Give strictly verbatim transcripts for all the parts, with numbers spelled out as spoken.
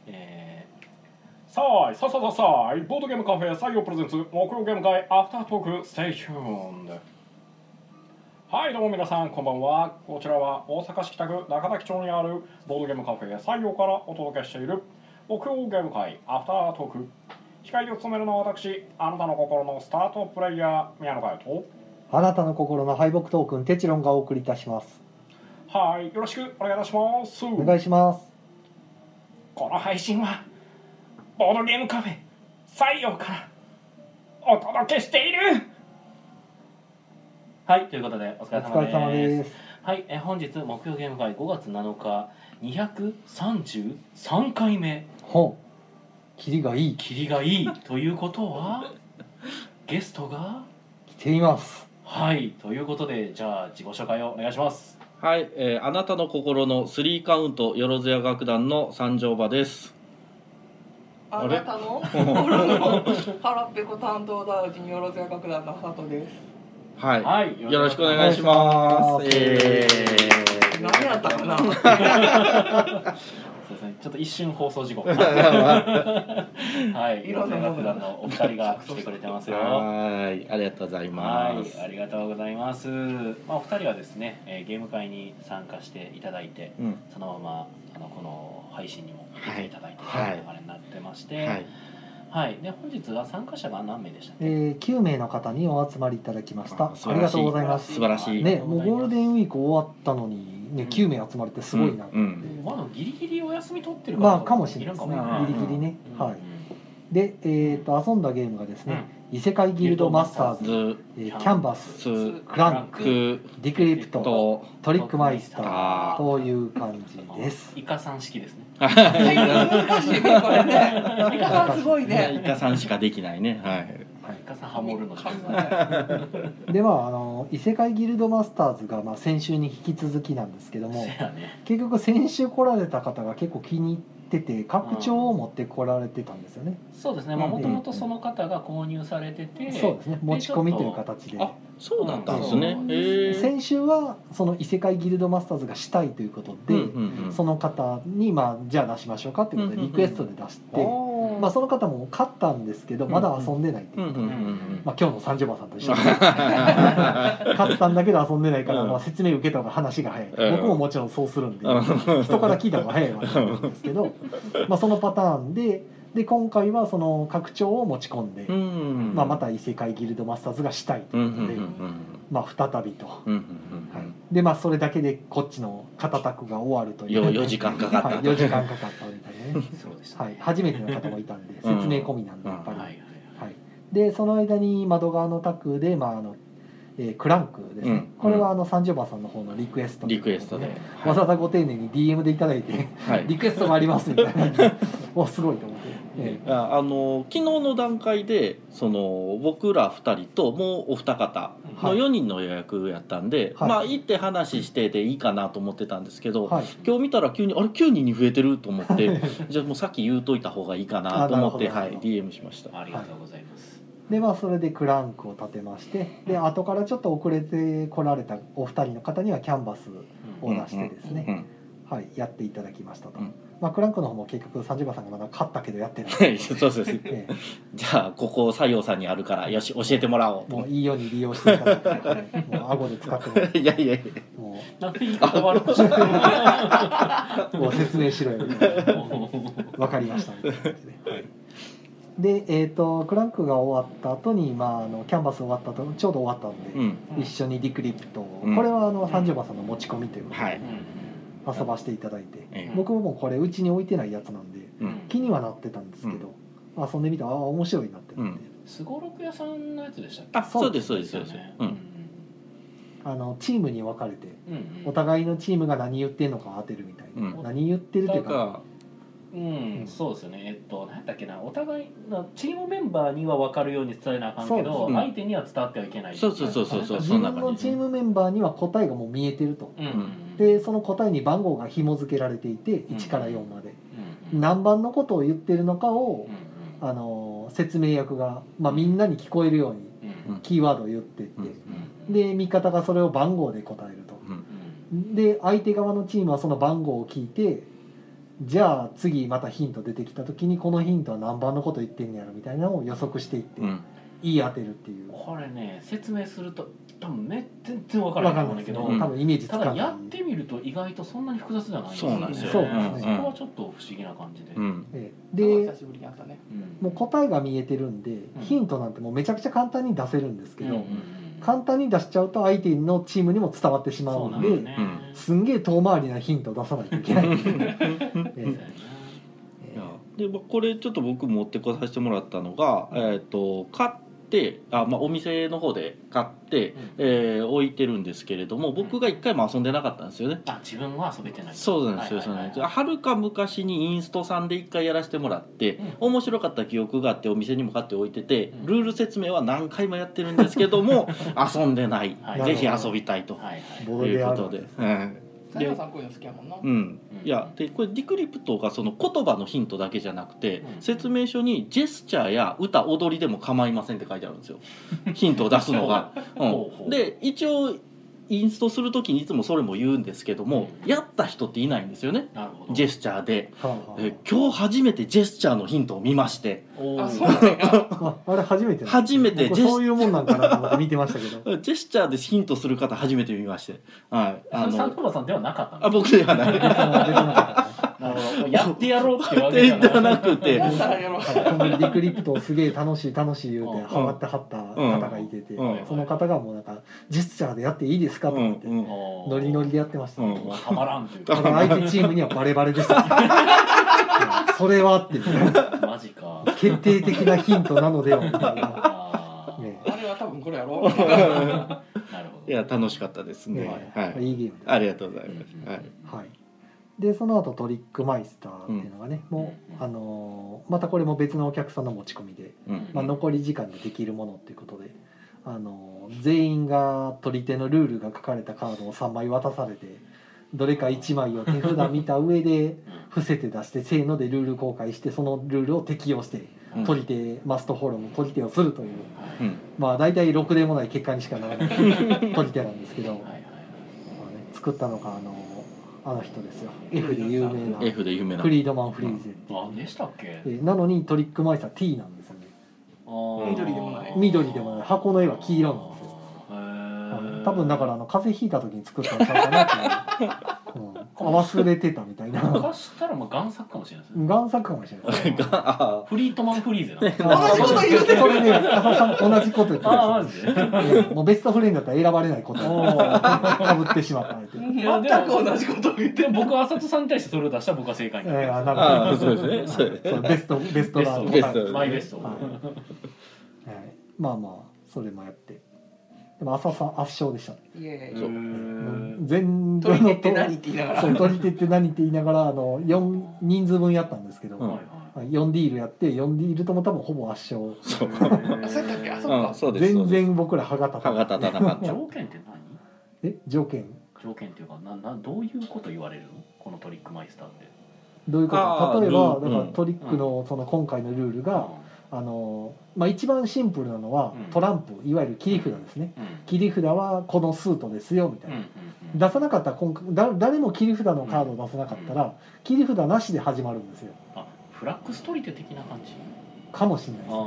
えー、さあいさあさあさあボードゲームカフェ採用プレゼンツ木曜ゲーム会アフタートークステーションで、はいどうも皆さんこんばんは。こちらは大阪市北区中崎町にあるボードゲームカフェ採用からお届けしている木曜ゲーム会アフタートーク。司会を務めるのは私、あなたの心のスタートプレイヤー宮野佳代と、 あなたの心の敗北トークンテチロンがお送りいたします。 はいよろしくお願いいたします。 お願いします。 この配信はボードゲームカフェ採用からお届けしている。はいということでお疲れ様です。 お疲れ様です。 はい、え本日木曜ゲーム会ごがつなのかにひゃくさんじゅうさんかいめ。 ほうキリがいいキリがいいということはゲストが来ています。 はいということで、じゃあ自己紹介をお願いします。 はい、えー、あなたの心のスリーカウントよろずや楽団の三条場です。 あなたの心の腹ペコ担当ダウジによろずや楽団の佐藤です。 はい、 はい、 よろしくお願いします。えー、何やったかなそうですね、ちょっと一瞬放送事故はい、いろんな楽団のお二人が来てくれてますよ。 はい、ありがとうございます。 はい、ありがとうございます。まあ、お二人はですね、えー、ゲーム会に参加していただいて、うん、そのままあのこの配信にも出ていただいて、はい、あれになってまして、はいはい、で本日は参加者が何名でしたっけ？ えー、きゅうめいの方にお集まりいただきました。 あ, ありがとうございます。 素晴らしいね、もうゴールデンウィーク終わったのに、ね、きゅうめい集まれてすごいなって、うんうん、まだギリギリお休み取ってるまあかもしれないですね、ギリギリね、 うん、 はい。で、えー、と遊んだゲームがですね、うん、異世界ギルドマスターズ、えー、キャンバス、クランク、ディクリプト、トリックマイスターという感じです。 イカさん式ですね。 難しいねこれね。イカさんすごいね。 イカさんしかできないね。はい。 イカさんハモるのでまああの異世界ギルドマスターズがまあ先週に引き続きなんですけども、ね、結局先週来られた方が結構気に入ってて拡張を持って来られてたんですよね。 そうですね。まあもともとその方が購入されてて、 そうですね。持ち込みという形で。 あ、そうだったんですね。 へ先週はその異世界ギルドマスターズがしたいということで、うんうんうん、その方にまあじゃあ出しましょうかっていうことでリクエストで出して、うんうん、まあその方も買ったんですけどまだ遊んでないっていうことで、まあ今日の三十番さんと一緒に買ったんだけど遊んでないからまあ説明受けた方が話が早い。僕ももちろんそうするんで、人から聞いた方が早いわけなんですけど、まあそのパターンで。で今回はその拡張を持ち込んで、うんうんうんまあ、また異世界ギルドマスターズがしたいということで、うんうんうんまあ、再びと、うんうんうんはい、でまあそれだけでこっちの肩タクが終わるというよよじかんかかった、はい、 よじかんかかったみたいなねそうでした、ねはい、初めての方もいたんで説明込みなんでやっぱり、うんはいはい、でその間に窓側のタクで、まああのえー、クランクですね、うん、これはあの三条馬さんの方のリクエスト、ね、 リクエストで、はい、 わざわざご丁寧に ディーエム でいただいて、はい、リクエストがありますみたいなおすごいと思って、 えー、あの昨日の段階でその僕らふたりともうお二方のよにんの予約やったんで、はい、まあ行って話してでいいかなと思ってたんですけど、はい、今日見たら急にあれきゅうにんに増えてると思ってじゃあもうさっき言うといた方がいいかなと思って、はい、ディーエム しました。 ありがとうございます。 でまあ、それでクランクを立てましてで後からちょっと遅れて来られたお二人の方にはキャンバスを出してですね、うんうんうんはい、やっていただきましたと、うんまあ、クランクの方も結局三十番さんがまだ勝ったけどやってないそうです、ねええ、じゃあここ西洋さんにあるからよし教えてもらおうもういいように利用していただいてもう顎で使ってもらっていやいやいやもうなんで言い方悪くしてもう説明しろよ分かりましたみたいな感じで、はいでえー、とクランクが終わった後に、まあ、あのキャンバス終わった後ちょうど終わったんで、うん、一緒にディクリプト、うん、これはあの三条馬さんの持ち込みということで、はい、遊ばせていただいて、うん、僕もこれうちに置いてないやつなんで、うん、気にはなってたんですけど、うん、遊んでみたらああ面白いなってなってすごろく屋さんのやつでしたっけ？ あそうですそうですそうです、うん、 あのチームに分かれて、うんうん、お互いのチームが何言ってんのか当てるみたいな、うん、何言ってるっていうかうん、うん、そうですよね。えっと何だっけな、お互いのチームメンバーには分かるように伝えなあかんけど、うん、相手には伝わってはいけない。 そうそうそうそうそう。 自分のチームメンバーには答えがもう見えてると。うん、でその答えに番号が紐付けられていて、いちからよんまで、うん、何番のことを言ってるのかを、うん、あの説明役がまあみんなに聞こえるようにキーワードを言ってって、うん、で味方がそれを番号で答えると。うん、で相手側のチームはその番号を聞いて。 じゃあ次またヒント出てきた時にこのヒントは何番のこと言ってんねやろみたいなのを予測していって、うん、言い当てるっていう。 これね説明すると多分め全然分からないと思うんだけど、 多分イメージつかない。 ただやってみると意外とそんなに複雑じゃないんですよね。 そうなんですよ。 そうなんですね。そこはちょっと不思議な感じで。 うん、 で、 久しぶりにやったね。 もう答えが見えてるんで、うん、ヒントなんてもうめちゃくちゃ簡単に出せるんですけど、うんうんうん、簡単に出しちゃうと相手のチームにも伝わってしまうんで、ね、すんげえ遠回りなヒントを出さないといけないんですよね。えーでこれちょっと僕持ってこさせてもらったのが、えー、と買ってあ、まあ、お店の方で買って、うんえー、置いてるんですけれども、僕が一回も遊んでなかったんですよね。 あ、自分は遊べてない。 そうなんですよ。はるか昔にインストさんで一回やらせてもらって、うん、面白かった記憶があってお店にも買って置いてて、うん、ルール説明は何回もやってるんですけども遊んでない、はい、ぜひ遊びたいということで。 佐山さんこういうの好きやもんな。 うん。いやでこれディクリプトがその言葉のヒントだけじゃなくて、うん、説明書にジェスチャーや歌踊りでも構いませんって書いてあるんですよ。ヒントを出すのが。うん、で一応インストするときにいつもそれも言うんですけども、うん、やった人っていないんですよね。なるほど。ジェスチャーで、はあはあ、え今日初めてジェスチャーのヒントを見まして。 あ、そうなんや。 あれ初めて。 初めてジェスそういうもんなんかなと思って見てましたけど。 ジェスチャーでヒントする方初めて見まして。はい。 あのサントラさんではなかったの。 あ、僕ではない。別の別の方。 なるほど。やってやろうってわけじゃなくて、 このディクリプトすげえ楽しい楽しい言うてハマってはった方がいてて、うんうん、その方がもうなんかジェスチャーでやっていいですかと思って、うんうん、ノリノリでやってました、ね。うん、 たまらんっていう。 だから相手チームにはバレバレでした、ね。それはっていう、ね。 マジか。 決定的なヒントなのではみたいな。 あ, ね、あれは多分これやろ。なるほど。いや楽しかったですね。 ねはい。 いいゲームです。 ありがとうございます。 はい。はいでその後トリックマイスターっていうのがね、うん、もうあのー、またこれも別のお客さんの持ち込みで、うんまあ、残り時間でできるものっていうことで、あのー、全員が取り手のルールが書かれたカードをさんまい渡されて、どれかいちまいを手札見た上で伏せて出してせーのでルール公開して、そのルールを適用して取り手マストフォローの取り手をするという、うん、まあ大体ろくでもない結果にしかならない取り手なんですけど、まあね、作ったのがあのーあの人ですよ。 F で有名な F で有名なフリードマン・フリーゼっていう、 あでしたっけ。 なのにトリックマイスター T なんですよね。 あ緑でもない緑でもない、箱の絵は黄色なんですよ。へ多分だからあの風邪ひいた時に作ったのちゃうかなっていう、うん、忘れてたみたいな。 昔したらまあ贋作かもしれないですね。 贋作かもしれない。 フリートマンフリーゼなんです。 同じこと言うてる。 それね、浅田さん同じこと言ってあマジで。 もうベストフレンドだったら選ばれないことかぶってしまった。 全く同じこと言ってる。 僕は浅田さんに対してそれを出したら僕は正解になる。 えー、なるほど。そうですね。そうベストベストラーベストマイベスト。はい。 まあまあそれもやって。でも浅田さん圧勝でしたね。 いやいやそう。全取り手って何って言いながら。 そう取り手って何って言いながらあのよん人数分やったんですけど、うん、よんディールやってよんディールとも多分ほぼ圧勝。 そう。あそうだっけ。あそうか。 そうです。 全然僕ら歯が立たなかった。 条件って何？ え条件？ 条件っていうかななどういうこと言われるの？このトリックマイスターって。 どういうこと？例えばだからトリックのその今回のルールが。あのまあ、一番シンプルなのはトランプ、いわゆる切り札ですね、うん、切り札はこのスートですよみたいな、うんうんうん、出さなかったら今回だ誰も切り札のカードを出さなかったら、うんうん、切り札なしで始まるんですよ。 あフラッグストリテ的な感じかもしれないです。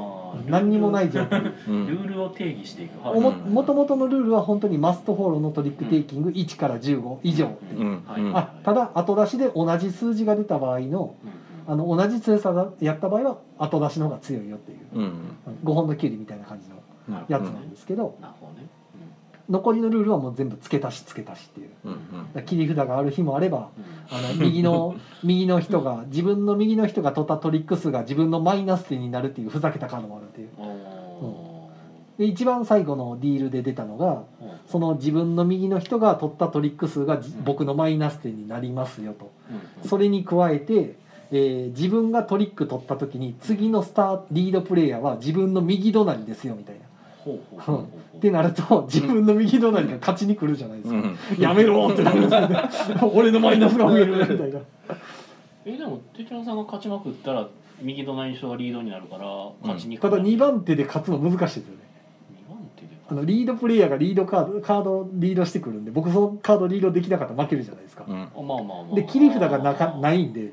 何にもない状態、 ルールを定義していく。 ももともとのルールは本当にマストフォローのトリックテイキングいちからじゅうご以上っていう、うんうん、あただ後出しで同じ数字が出た場合の、うんあの同じ強さがやった場合は後出しの方が強いよっていう、うん、ごほんのキュウリみたいな感じのやつなんですけど、なるほどね、うん、残りのルールはもう全部付け足し付け足しっていう、うんうん、切り札がある日もあれば、うん、あの右の右の人が自分の右の人が取ったトリック数が自分のマイナス点になるっていうふざけたカードもあるっていう、うん、で一番最後のディールで出たのが、うん、その自分の右の人が取ったトリック数が、うん、僕のマイナス点になりますよと、うん、それに加えてえー、自分がトリック取った時に次のスターリードプレイヤーは自分の右隣ですよみたいな。ほうほうほうほうってなると自分の右隣が勝ちに来るじゃないですか、うん、やめろってなるんですよね俺のマイナスが増えるみたいなえでもテチロンさんが勝ちまくったら右隣の人がリードになるから勝ちに来る、うん、ただにばん手で勝つの難しいですよね。にばん手であのリードプレイヤーがリードカードカードをリードしてくるんで僕そのカードリードできなかったら負けるじゃないですか、うん、で切り札がなかないんで、はいはい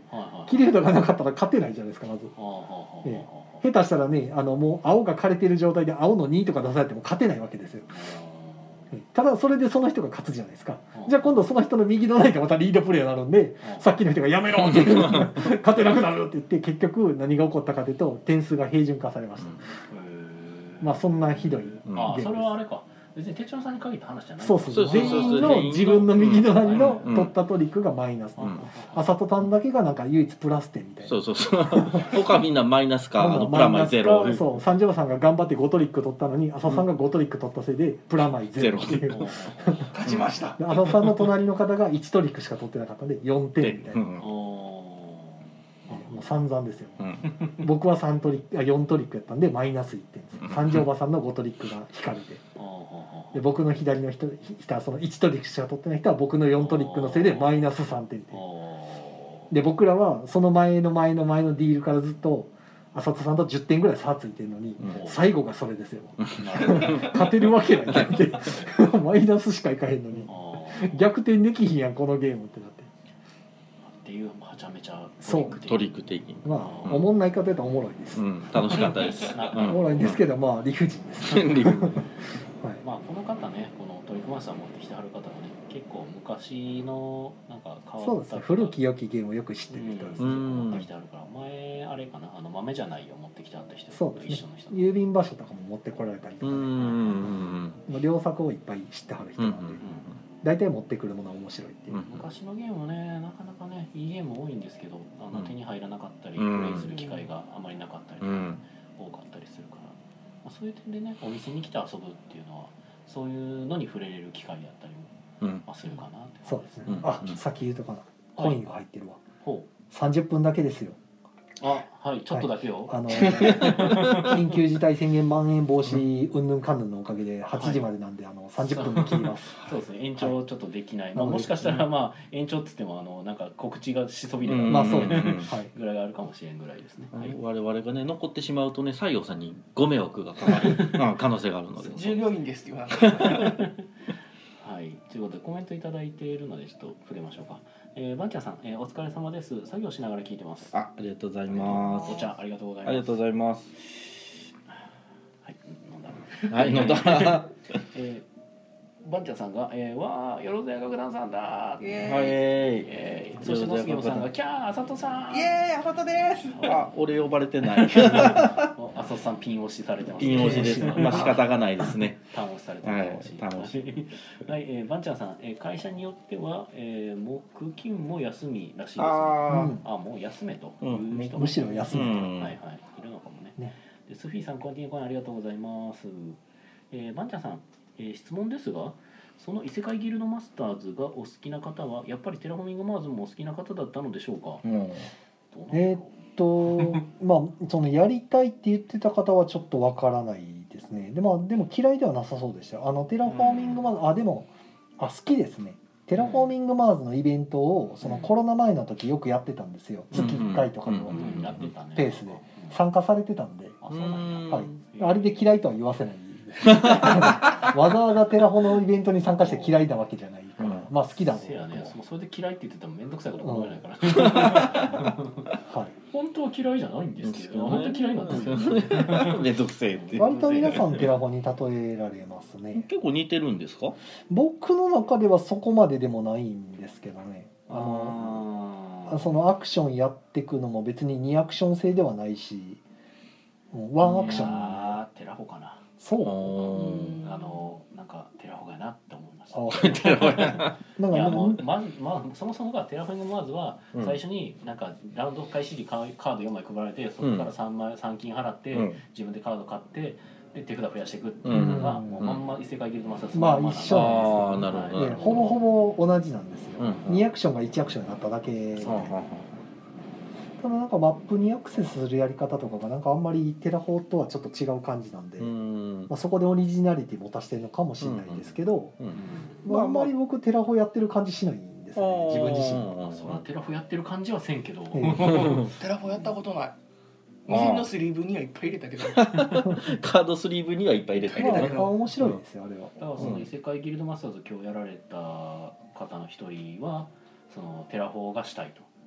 キレードがなかったら勝てないじゃないですかまず、ええ、下手したらねあのもう青が枯れてる状態で青のにとか出されても勝てないわけですよ。ただそれでその人が勝つじゃないですか。じゃあ今度その人の右のラインがまたリードプレーになるんで、さっきの人がやめろって勝てなくなるって言って結局何が起こったかというと点数が平準化されました。まあそんなひどいゲームです。 ああそれはあれか。別に哲郎さんに限った話じゃない。 そうそう全員の自分の右隣の取ったトリックがマイナス、あさとたんだけがなんか唯一プラス点みたいな。 そうそうそう他みんなマイナスかあのプラマイゼロ。 そう三条さんが頑張ってごトリック取ったのに浅さんがごトリック取ったせいでプラマイゼロっていう勝ちました。 浅さんの隣の方がいちトリックしか取ってなかったんでよんてんみたいな、もう散々ですよ、うん、僕はさんトリックあよんトリックやったんでマイナスいってんですよ。三条おばさんのごトリックが引かれてで僕の左の人はそのいちトリックしか取ってない人は僕のよんトリックのせいでマイナスさんてんで僕らはその前の前の前のディールからずっと浅田さんとじゅってんぐらい差ついてるのに、うん、最後がそれですよ勝てるわけないってマイナスしかいかへんのに逆転できひんやんこのゲームってなってっていうめちゃめちゃトリック的にまあ、うん、おもんないかというとおもろいです、 うん、楽しかったですおもろいんですけど、まあ理不尽です理不尽はい、まあこの方ねこのトリックマスター持ってきてはる方がね結構昔のなんか変わったそうですね古き良きゲームをよく知ってる人ですね、 うん、持ってきてはるから前あれかなあの豆じゃないよ持ってきてはった人そうですね一緒の人郵便場所とかも持ってこられたりとか、ね、 うん両作をいっぱい知ってはる人なんで、うんうんうん、大体持ってくるものは面白いっていう、うん、 昔のゲームはねなかなかねいいゲーム多いんですけどあの、うん、手に入らなかったりプレイする機会があまりなかったりとか、うん、多かったりするから、まあ、そういう点でねお店に来て遊ぶっていうのはそういうのに触れれる機会だったりも、まあ、するかなって、 うん、そうですね、うん、あ、うん、さっき言うとかなコインが入ってるわ、 ほうさんじゅっぷんだけですよ。 あ、はいちょっとだけよ、 はい、あの緊急事態宣言まん延防止うんぬんかんぬんのおかげではちじまでなんで、はい、あのさんじゅっぷんで切りますそうですね延長ちょっとできない、はい、まあ、もしかしたらまあ延長っつってもあのなんか告知がしそびれた、 まあそうですね、 はい、ぐらいがあるかもしれんぐらいですね、はい、 我々がね残ってしまうとね西洋さんにご迷惑がかかる可能性があるので従業員ですって言わなはい、ということでコメントいただいているのでちょっと触れましょうか。えー、バンチャーさん、えー、お疲れ様です。作業しながら聞いてます。 あ、ありがとうございます。 お茶ありがとうございます。 ありがとうございます。 はい、飲んだ。 はい、飲んだ。 えーバンチャーさんが、えー、わー、よろずや楽団さんだー。 イエーイ。 はい、 えー、そしてモスゲムさんが、キャー、あさとさん。 イエーイ、あさとです。 あ、俺呼ばれてない。あさとさんピン押しされてます、 ね。ピン押しです。まあ仕方がないですね。 タン押しされてます。 はい、楽しい。 はい、えー、バンチャーさん、えー、会社によっては、えー、木金も休みらしいですね。 ああ、もう休めという人も、 むしろ休めと、 はいはい、いるのかもね。ねでスフィーさん、コンティニューコインありがとうございます。えー、バンチャーさん、えー、質問ですが、その異世界ギルドマスターズがお好きな方はやっぱりテラフォーミングマーズもお好きな方だったのでしょうか、うん、 えー、っとまあそのやりたいって言ってた方はちょっとわからないですね。でもでも嫌いではなさそうでした。あのテラフォーミングマーズ、うん、あでもあ好きですね。テラフォーミングマーズのイベントをそのコロナ前の時よくやってたんですよ。月いっかいとかのペースで参加されてたんで、 あ、そうなんだ、はい、あれで嫌いとは言わせないわざわざテラフォのイベントに参加して嫌いなわけじゃないから、うん、まあ好きだろう、 ね、それで嫌いって言ってたら面倒くさいこと考えないから、 うんはい、 本当は嫌いじゃないんですけど、本当は嫌いなんですよ面倒くせえって割と皆さんテラフォに例えられますね。 結構似てるんですか？ 僕の中ではそこまででもないんですけどね。あのあそのアクションやっていくのも別ににアクション制ではないし、ワンアクション。 あテラフォかな。 そう、 うん、あのなんかテラフォがなって思いました。 テラフォなんかいやもうまずまあそもそもがテラフォまずは最初になんかラウンド開始時カードよんまい配られて、そこからさんまいさん金払って自分でカード買ってで手札増やしていくっていうのがもうまんま異世界ギルドマスターズまあ一緒なんです。ああなるほど。 ほぼほぼ同じなんですよ。にアクションがいちアクションになっただけで。ただなんかマップにアクセスするやり方とかがなんかあんまりテラフォとはちょっと違う感じなんで、 うんまあ、そこでオリジナリティ持たせてるのかもしれないですけど、うんうんまあ、あんまり僕テラフォやってる感じしないんですよね、自分自身は。 それはテラフォやってる感じはせんけど、 テラフォやったことない。店のスリーブにはいっぱい入れたけどカードスリーブにはいっぱい入れたけど、 まあ、面白いですよあれは。 だからその異世界ギルドマスターズ今日やられた方の一人はそのテラフォがしたいと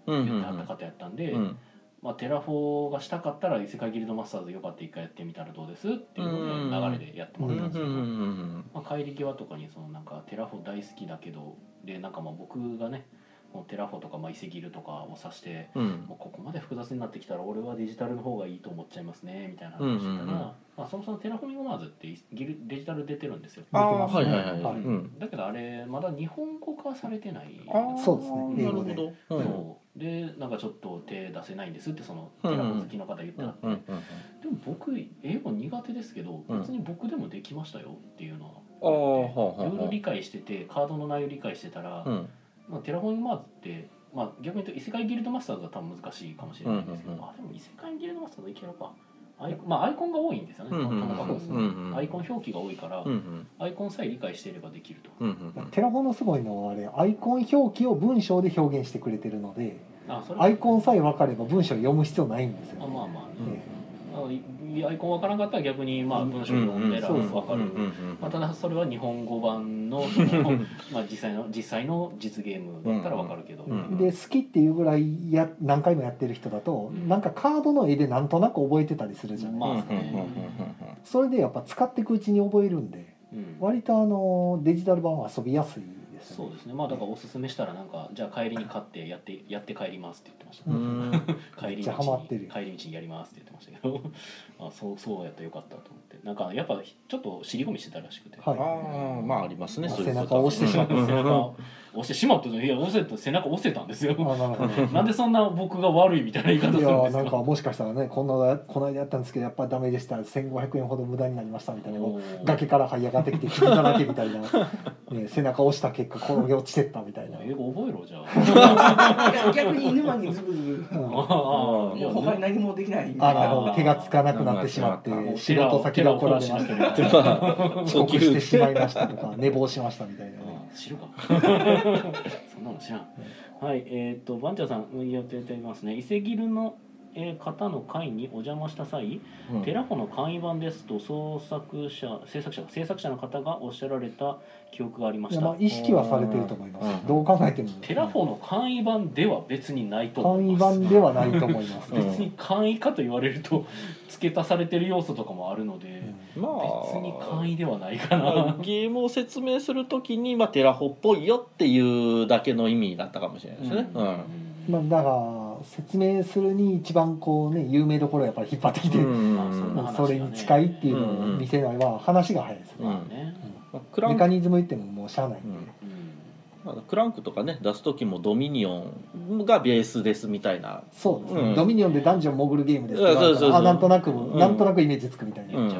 言ってはった方やったんで、まあ、テラフォがしたかったら異世界ギルドマスターズよかったら一回やってみたらどうですっていうので流れでやってもらったんですけど、まあ、帰り際とかにそのなんかテラフォ大好きだけどでなんかまあ僕がねもうテラフォとかまあ異世ギルとかを指して、うん、もうここまで複雑になってきたら俺はデジタルの方がいいと思っちゃいますねみたいな話してたら、うんうんうんまあ、そもそもテラフォミングマーズってギルデジタル出てるんですよ。 ああはいはいはい、 はいうん、だけどあれまだ日本語化されてない。 あそうですね。 なるほど。 そうでなんかちょっと手出せないんですってそのテラフォ好きの方言ってあって、うんうんうん、でも僕英語苦手ですけど別に僕でもできましたよっていうのは、うん、ルール理解しててカードの内容理解してたら、うんまあ、テラフォーミングマーズって、まあ、逆に言うと異世界ギルドマスターズが多分難しいかもしれないんですけど、うんうんうん、あでも異世界ギルドマスターズいけるかアイコン、まあ、アイコンが多いんですよね、うんうんうん、アイコン表記が多いから、うんうん、アイコンさえ理解していればできると、うんうん、テラフォのすごいのはあれアイコン表記を文章で表現してくれてるのであそれアイコンさえ分かれば文章を読む必要ないんですよ、ね、 あまあまあね、うん、アイコン分からんかったら逆にまあ文章を読んでら分かる、まあ、ただそれは日本語版 の, のまあ実際の実際の実ゲームだったら分かるけど、 うんうん、で好きっていうぐらいや何回もやってる人だと、うん、なんかカードの絵でなんとなく覚えてたりするじゃないですか、ね、それでやっぱ使っていくうちに覚えるんで、うん、割とあのデジタル版は遊びやすい。 そうですね。まあだからおすすめしたらなんかじゃあ帰りに買ってやってやって帰りますって言ってました、ね。うん帰り道に帰り道にやりますって言ってましたけど、あそうそうやったらよかったと思って。なんかやっぱちょっと尻込みしてたらしくて。 はい、ああまあありますね。 背中を押してしまった。 背中押してしまったのいや押せた背中押せたんですよ。あなるほどなんでそんな僕が悪いみたいな言い方するんですか。いやなんかもしかしたらねこんなこの間やったんですけどやっぱダメでしたせんごひゃくえんほど無駄になりましたみたいな崖から這い上がってきて傷だらけみたいな、ね、背中押した結果転げ落ちてったみたいな。 英語覚えろじゃあ。 逆に沼にズブズブ。うん、もう他に何もできない。 あの手がつかなくなってしまって仕事先で怒られましたとか遅刻してしまいましたとか寝坊しましたみたいなね。 知るかそんなの知らん、はいえっ、ー、とバンチャーさんやっていただきますね。伊勢ギルの、えー、方の会にお邪魔した際、うん、テラフォの簡易版ですと創作者制作者制作者の方がおっしゃられた記憶がありました。 いや、まあ、意識はされてると思います、うん、どう考えてもテラフォの簡易版では別にないと思います。簡易版ではないと思います、 別に簡易かと言われると付け足されてる要素とかもあるので、うん、まあ、別に簡易ではないかな。 ゲームを説明するときに、まあ、テラフォっぽいよっていうだけの意味だったかもしれないですね、うんうんまあ、だから説明するに一番こうね有名どころをやっぱり引っ張ってきて、うんうん、それに近いっていうのを見せないは話が早いですね、うんうんうん、メカニズム言ってももうしゃあないんで、 うんうん、クランクとかね出す時もドミニオンがベースですみたいな。 そうですね、うん、ドミニオンでダンジョン潜るゲームですとかあなんとなく、うん、なんとなくイメージつくみたいな、うん、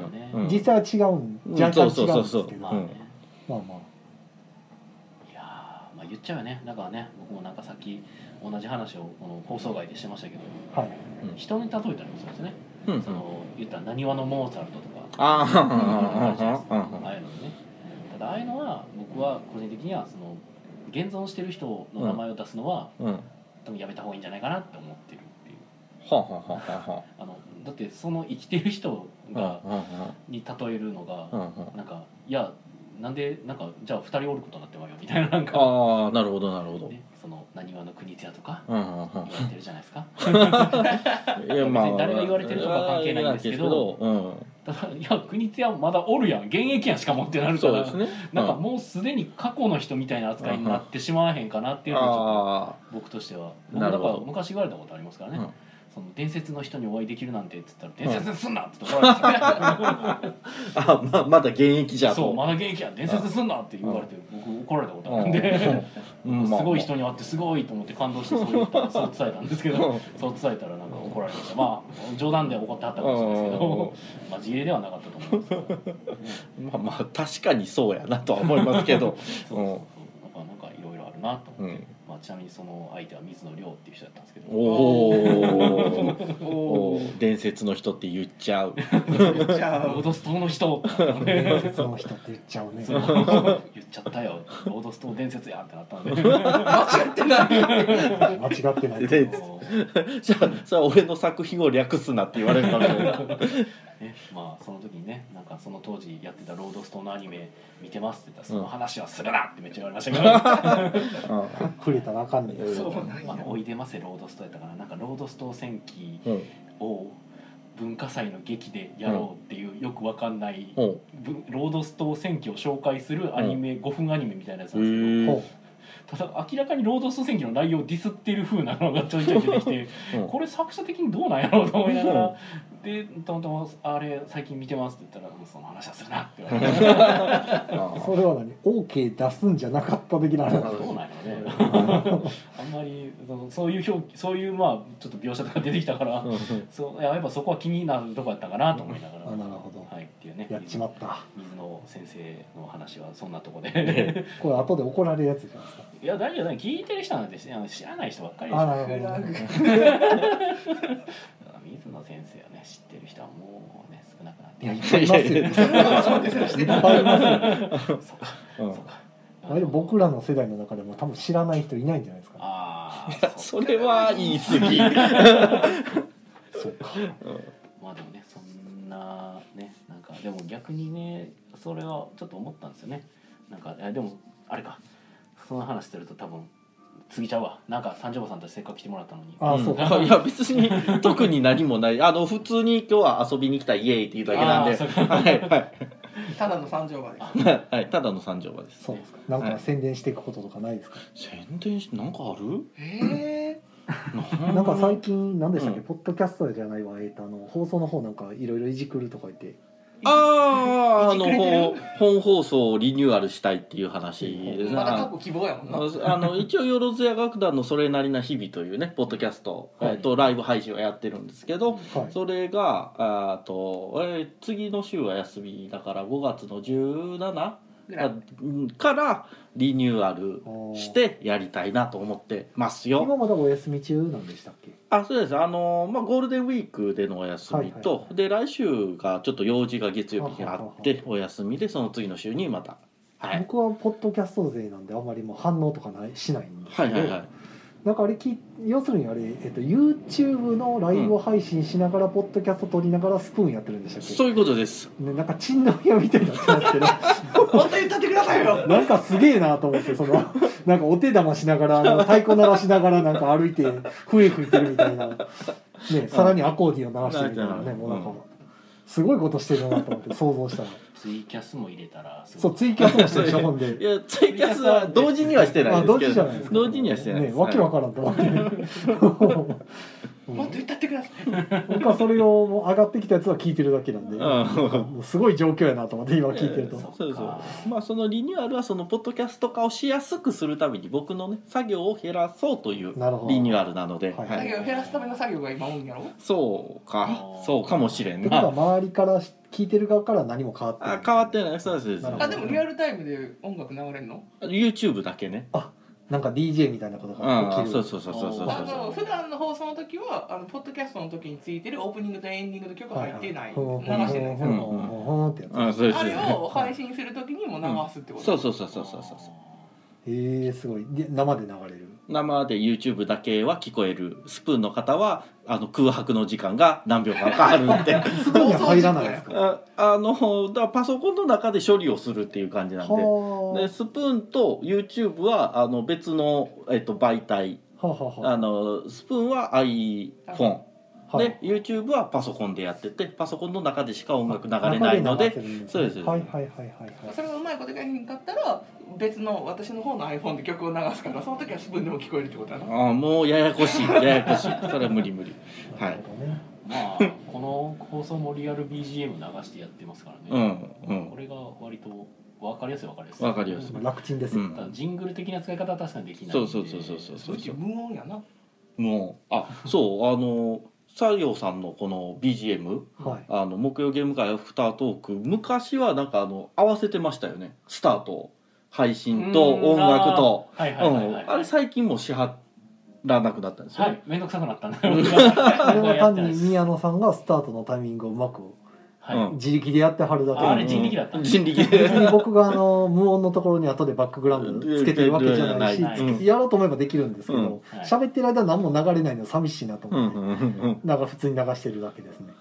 実際は違うん若干違うんですけど、まあまあいやまあ言っちゃうよね。だからね僕もなんかさっき同じ話をこの放送外でしてましたけど、はい、人に例えたりもするんですね、うん、その言ったらなにわのモーツァルトとかあああいうのね。ただああいうのは僕は個人的にはその現存してる人の名前を出すのは、うん、多分やめた方がいいんじゃないかなって思ってるっていう。はあはあはあはあ、あのだってその生きてる人がに例えるのがなんかいやなんでなんかじゃあふたりおることになってまうよみたいななんかああなるほどなるほど、ね、 そのなにわの国津屋とか言われてるじゃないですか。いや別に誰が言われてるとか関係ないんですけど、うん、ただいや国津屋まだおるやん現役やんしかもってなるから、そうですね、うん、なんかもうすでに過去の人みたいな扱いになってしまわへんかなっていうのがちょっと僕としては僕だから昔言われたことありますからね、うんその伝説の人にお会いできるなんてって言ったら伝説にすんなって言って怒られてあ、ま、まだ現役じゃんそうまだ現役や伝説にすんなって言われて僕怒られたことあるんで、うん、すごい人に会ってすごいと思って感動してそう言ったそう伝えたんですけどそう伝えたらなんか怒られました。まあ冗談で怒ってはったかもしれないですけどまあ自衛ではなかったと思うんですけど、 うん、まあまあ確かにそうやなとは思いますけどそうそうそうなんかなんかいろいろあるなと思って、うんまあ、ちなみにその相手は水野亮っていう人だったんですけどおお伝説の人って言っちゃう言っちゃうロードス島の人伝説の人って言っちゃうね言っちゃったよロードス島伝説やってなったんで間違ってない間違ってないじゃあそれは俺の作品を略すなって言われるかもしれないいね、まあその時にね、なんかその当時やってたロードストのアニメ見てますって言ったら、その話はするなってめっちゃ言われましたけど、 触れたらあかんねん。 そうあのおいでませロードストやったから、なんかロードスト戦記を文化祭の劇でやろうっていうよくわかんない、うん、ロードスト戦記を紹介するアニメ、うん、ごふんアニメみたいなやつなんですけど、ただ明らかにロードスト戦記の内容をディスってる風なのがちょいちょい出てきて、うん、これ作者的にどうなんやろうと思いながら、でたまたまあれ最近見てますって言ったら、その話はするなって言われてそれは何 OK 出すんじゃなかった的な話なんですか。そうなんよねあんまりそういう表そういうまあちょっと描写とか出てきたから、そうやっぱそこは気になるとこやったかなと思いながら、 あなるほど、 はいっていうね、 やっちまった水野先生の話はそんなとこでこれ後で怒られるやつじゃないですか。 いや大丈夫だ、聞いてる人なんて知らない人ばっかりです。 あなるほど水野先生はね知ってる人はもうね少なくなっていやいっぱいいますよいっぱいいますよそうか、そうか、あれ僕らの世代の中でも多分知らない人いないんじゃないですか。 ああそれは言い過ぎそうか、 まあでもねそんなね、なんかでも逆にねそれはちょっと思ったんですよね。なんかでもあれか、その話すると多分次ちゃうわ。なんか三条馬さんたちせっかく来てもらったのに。 あ、そうか。 いや別に特に何もない。あの普通に今日は遊びに来たイエーイっていうだけなんで。はいはい。 ただの三条馬です。 はい、ただの三条馬です。 そうですか。なんか宣伝していくこととかないですか。 宣伝しなんかある？ ええ。なんか最近何でしたっけ、ポッドキャストじゃないわ、えーとあの放送の方なんかいろいろいじくるとか言って。 ああ、あの本放送をリニューアルしたいっていう話ですね。 まだ過去希望やもんな。 あの一応よろずや楽団のそれなりな日々というねポッドキャスト、はい、えっとライブ配信をやってるんですけど、はい、それがあと、えー、次の週は休みだからごがつのじゅうしちからリニューアルしてやりたいなと思ってますよ。 今まだお休み中なんでしたっけ？ あ、そうです。あのまあゴールデンウィークでのお休みと、はいはい、で来週がちょっと用事が月曜日にあってお休みで、その次の週にまた、 はい、僕はポッドキャスト勢なんであんまりもう反応とかないしないんですけど、 はいはいはい、 なんかあれき要するにあれ、えっと、YouTube のライブ配信しながら、うん、ポッドキャスト撮りながらスプーンやってるんでしたっけ？ そういうことです、 ね、なんかチンの部屋みたいになってますけどもっと言ったってくださいよなんかすげえなと思って、そのなんかお手玉しながらあの太鼓鳴らしながらなんか歩いて笛吹いてるみたいな、ね、さらにアコーディオ鳴らしてるみたいなね、もうなんかすごいことしてるなと思って想像したら。 ツイキャスも入れたらそう、ツイキャスもしてるしょほんで。 いやツイキャスは同時にはしてないですけど。 同時じゃないですか。 同時にはしてないです。 ね、わけわからんと思って。 もっと言ったってください。 僕はそれをもう上がってきたやつは聞いてるだけなんで、うん、すごい状況やなと思って今聞いてると。 そうそう。まあそのリニューアルはそのポッドキャスト化をしやすくするために僕のね作業を減らそうというリニューアルなので、 はい、作業を減らすための作業が今多いんやろ？ そうか、そうかもしれんな。 ってことは周りから聞いてる側から何も変わってない。 あ、変わってない。そうです。 あ、でもリアルタイムで音楽流れるの？ YouTube だけね。 あ、なんか ディージェー みたいなことが起きる。 そうそうそうそうそう。 あの普段の放送の時はあのポッドキャストの時についてるオープニングとエンディングの曲入ってない、流してないんですよ。あれを配信する時にも流すってこと？ そうそうそうそうそうそう。 へえ、すごい。で生で流れる。 生で YouTube だけは聞こえる。スプーンの方はあの空白の時間が何秒間かあるんでスプーンには入らないですか？ ああのだからパソコンの中で処理をするっていう感じなんで、でスプーンと YouTube はあの別の、えっと、媒体、はははあのスプーンは iPhoneで YouTube はパソコンでやってて、パソコンの中でしか音楽流れないので、そうです。 はいはいはいはい。 それがうまいことがいいんかったら別の私の方の iPhone で曲を流すから、その時はスプーンでも聞こえるってことだな。 ああ、もうややこしいややこしい。それは無理無理。はい。 まあこの放送もリアル ビージーエム 流してやってますからね。うんうん。 これが割と分かりやすい分かりやすい。 分かりやすい。 楽ちんですよ。 ただジングル的な使い方は確かにできない。 そうそうそうそうそうそう。 無音やな。 もうあそうあの。西洋さんのこの ビージーエム、はい、あの木曜ゲーム会アフタートーク、昔はなんかあの合わせてましたよね。スタート配信と音楽と、あれ最近もしはらなくなったんですよ、ね。はい、 めんどくさくなったんだ。 それは単に宮野さんがスタートのタイミングをうまく。はい、自力でやってはるだけで、 あれ人力だった。 人力で。 別に僕があの無音のところに後でバックグラウンドつけてるわけじゃないし、やろうと思えばできるんですけど、喋、うん、ってる間何も流れないの寂しいなと思って、うん、なんか普通に流してるだけですね。 はい、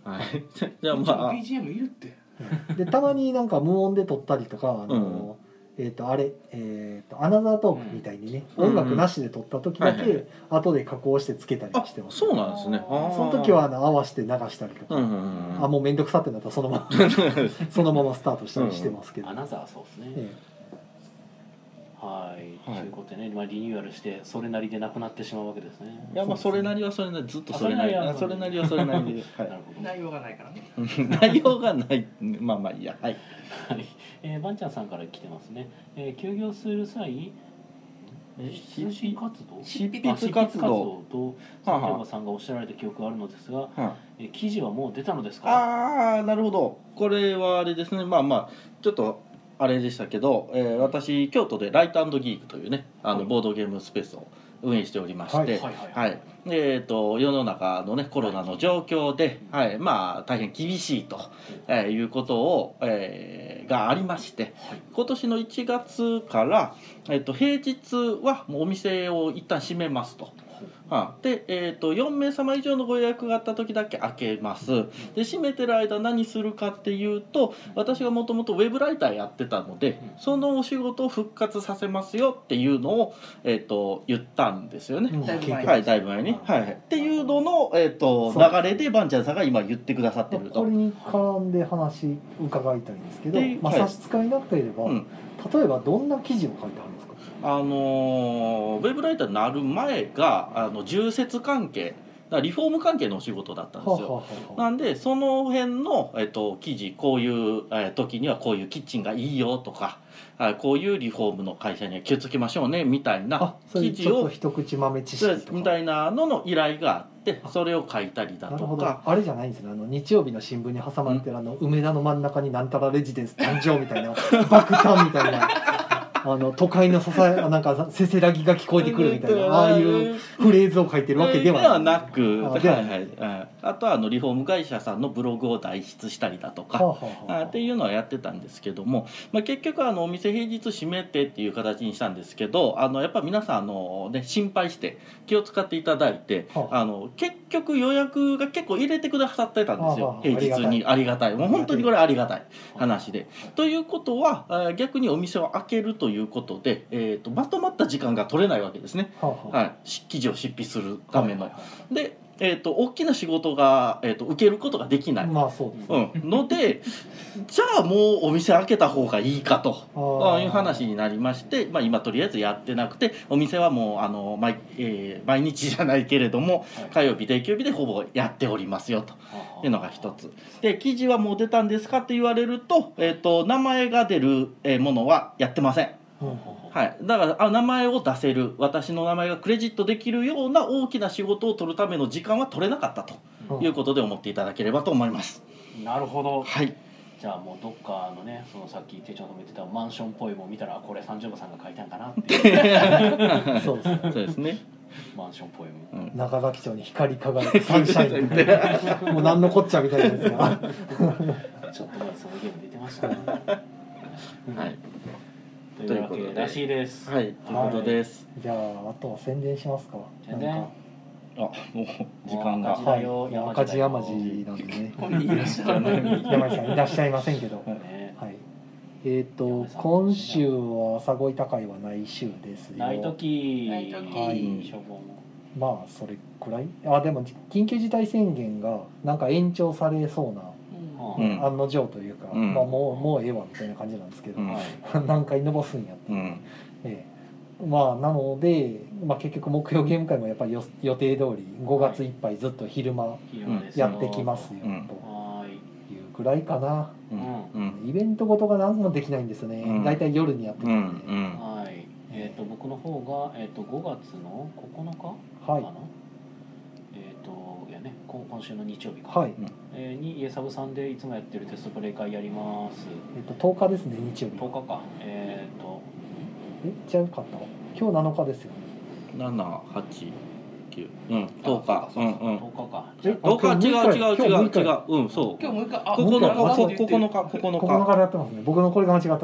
はい、じゃあまあビージーエム いるってでたまになんか無音で撮ったりとかあの、うん、えっ、ー、とあれえっ、ー、とアナザートークみたいにね、うん、音楽なしで撮った時だけ後で加工してつけたりしてます、 そうなんですね。 その時はあの合わせて流したりとか、うんうんうん、あもう面倒くさってなったらそのままそのままスタートしたりしてますけど、 うん、アナザーそうですね、ええはい、はい、ということでね、まあ、リニューアルしてそれなりでなくなってしまうわけですね。 いやまあそれなりはそれなりずっとそれなりそれなりはそれなりで、はい、なるほど。 内容がないからね内容がないまあまあいいやはい、 はい、えー、ばんちゃんさんから来てますね、えー、休業する際通信活動執筆活動と三条馬さんがおっしゃられた記憶があるのですが、はあ、えー、記事はもう出たのですか。 ああなるほど。これはあれですね、まあまあちょっとあれでしたけど、えー、私京都でライト&ギークというねあのボードゲームスペースを運営しておりまして、はいえー、と世の中のねコロナの状況で、はい、まあ大変厳しいと、えー、いうことを、えー、がありまして、今年のいちがつから、えー、と平日はもうお店を一旦閉めますと。はあ、で、えー、とよんめいさま以上のご予約があった時だけ開けます。で閉めてる間何するかっていうと、私がもともとウェブライターやってたのでそのお仕事を復活させますよっていうのを、えー、と言ったんですよね、うん、だいぶ前に、はい、だいぶ前に、はい、っていうのの、えー、と流れでバンチャンさんが今言ってくださってると。 これに絡んで話伺いたいんですけど、まあ、差し支えなければ、はいうん、例えばどんな記事を書いてあるんですか。 あのウェブライターになる前があの住設関係リフォーム関係のお仕事だったんですよ。ははははなんでその辺の、えっと、記事こういう、えー、時にはこういうキッチンがいいよとかこういうリフォームの会社には気をつけましょうねみたいな記事を一口豆知識とかみたいなのの依頼があってそれを書いたりだとか。 あれじゃないんですね、あの日曜日の新聞に挟まれてるあの梅田の真ん中になんたらレジデンス誕生みたいな爆誕みたいなあの都会のささなんかせせらぎが聞こえてくるみたいなああいうフレーズを書いてるわけではない、 ではなくあ、はいはい、あとはあのリフォーム会社さんのブログを代筆したりだとか、はあはあはあ、っていうのはやってたんですけども、まあ、結局あのお店平日閉めてっていう形にしたんですけどあのやっぱ皆さんあの、ね、心配して気を使っていただいて、はあ、あの結局予約が結構入れてくださってたんですよ、はあはあ、平日にありがたいもう本当にこれありがたい話で、はあ、ということは逆にお店を開けるということで、えー、とまとまった時間が取れないわけですね、はあはあはい、記事を執筆するための、はいはいはい、でえー、と大きな仕事が、えー、と受けることができない、 まあそうですねうん、のでじゃあもうお店開けた方がいいかという話になりまして、まあ、今とりあえずやってなくてお店はもうあの 毎,、えー、毎日じゃないけれども、はい、火曜日定休日でほぼやっておりますよというのが一つで、記事はもう出たんですかって言われると、えー、と名前が出るものはやってません。はい、だからあ名前を出せる私の名前がクレジットできるような大きな仕事を取るための時間は取れなかったということで思っていただければと思います。 なるほど、 はい、 じゃあもうどっかのねそのさっき手帳とも言ってたマンションっぽいもん見たらこれ三条馬さんが書いたんかなっていうそうですね、 そうですねマンションっぽいもん、 うん、中垣町に光り輝くサンシャインってもう何のこっちゃみたいなやつがちょっと前にそのゲーム出てましたねはいというわけらしいです。 はい、ということです。 じゃああとは宣伝しますか。 宣伝。あ、もう時間が。 はい、赤字山地なんでね。山地さんいらっしゃいませんけど。はい。えっと今週は朝ごい高いはない週ですよ。 ないとき。 ないとき。 はい。まあそれくらい。あでも緊急事態宣言がなんか延長されそうな。うん、案の定というか、うん、まあ、もうもうええわみたいな感じなんですけど、うん、何回伸ばすんやって、うんええ、まあなので、まあ、結局木曜ゲーム会もやっぱり予定通りごがついっぱいずっと昼間やってきますよ、うん、というくらいかな、うん、イベントごとが何もできないんですね、うん、だいたい夜にやってたんで、うんうんはいえー、と僕の方が、えー、とごがつのここのか、 はい、 えーといやね、今週の日曜日か、はいえー、に家サブさんでいつもやってるテストプレイ会やります。 えっととおかですね、日曜日。 とおかか。えっ、ー、とえちゃうかった。今日なのかですよね。 なな、はち、きゅう、うん、とおか、うんうん。 とおかか。 え、とおか違う違う違う違う、うんそう。 今日もう一回、あ、 ここのかここのかここのかここのかでやってますね。僕のこれが間違ってます。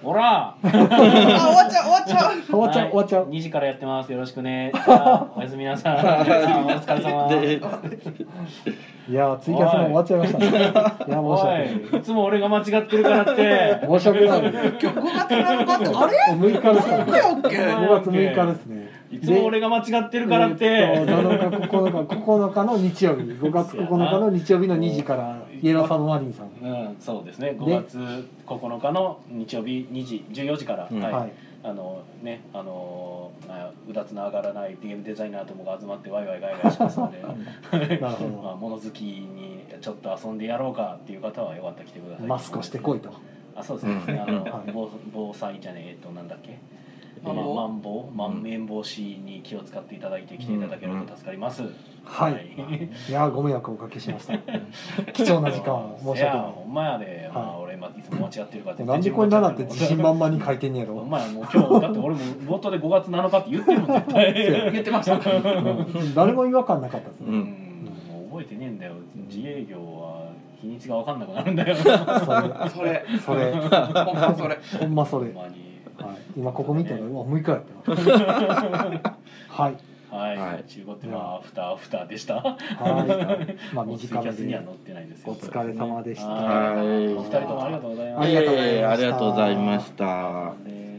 ほらあ、終わっちゃう終わっちゃう終わっちゃう終わっちゃう。 にじからやってます。よろしくね。じゃあおやすみなさい。お疲れ様。 いやツイキャスも終わっちゃいましたね。いや申し訳ない。 いつも俺が間違ってるからって。 申し訳ない。 今日ごがつなのかってあれ？ むいかですね。 ごがつむいかですね。 いつも俺が間違ってるからって。 なのかここのかここのかの日曜日、ごがつここのかの日曜日のにじからイエローサブマリンさん。 うん、そうですね。ごがつここのかの日曜日にじじゅうよじから、はい。あのね、あのうだつの上がらないゲームデザイナーともが集まってワイワイガイガイしますので、まあ物好きにちょっと遊んでやろうかっていう方はよかったら来てください。 マスクしてこいと。 あ、そうですね。あの防防災じゃねえとなんだっけ。まん防まん延防止に気を使っていただいて来ていただけると助かります。 はい。いやご迷惑をおかけしました。貴重な時間を申し訳ない。 いやほんまやで、まあ俺いつも間違ってるからって。 なんでこれななって自信満々に書いてんやろ。 お前もう今日だって俺も冒頭でごがつなのかって言ってるもん絶対。 言ってました。 誰も違和感なかったですね。 もう覚えてねえんだよ。自営業は日にちが分かんなくなるんだよ。 それそれほんまそれほんまそれ。今ここ見たらうわもう一回やってます。はいはい。中古ってまあアフターアフターでした。 はい。まあ短めで。 には載ってないですよ。 お疲れ様でした。 お二人ともありがとうございました。 ありがとうございました。 ありがとうございました。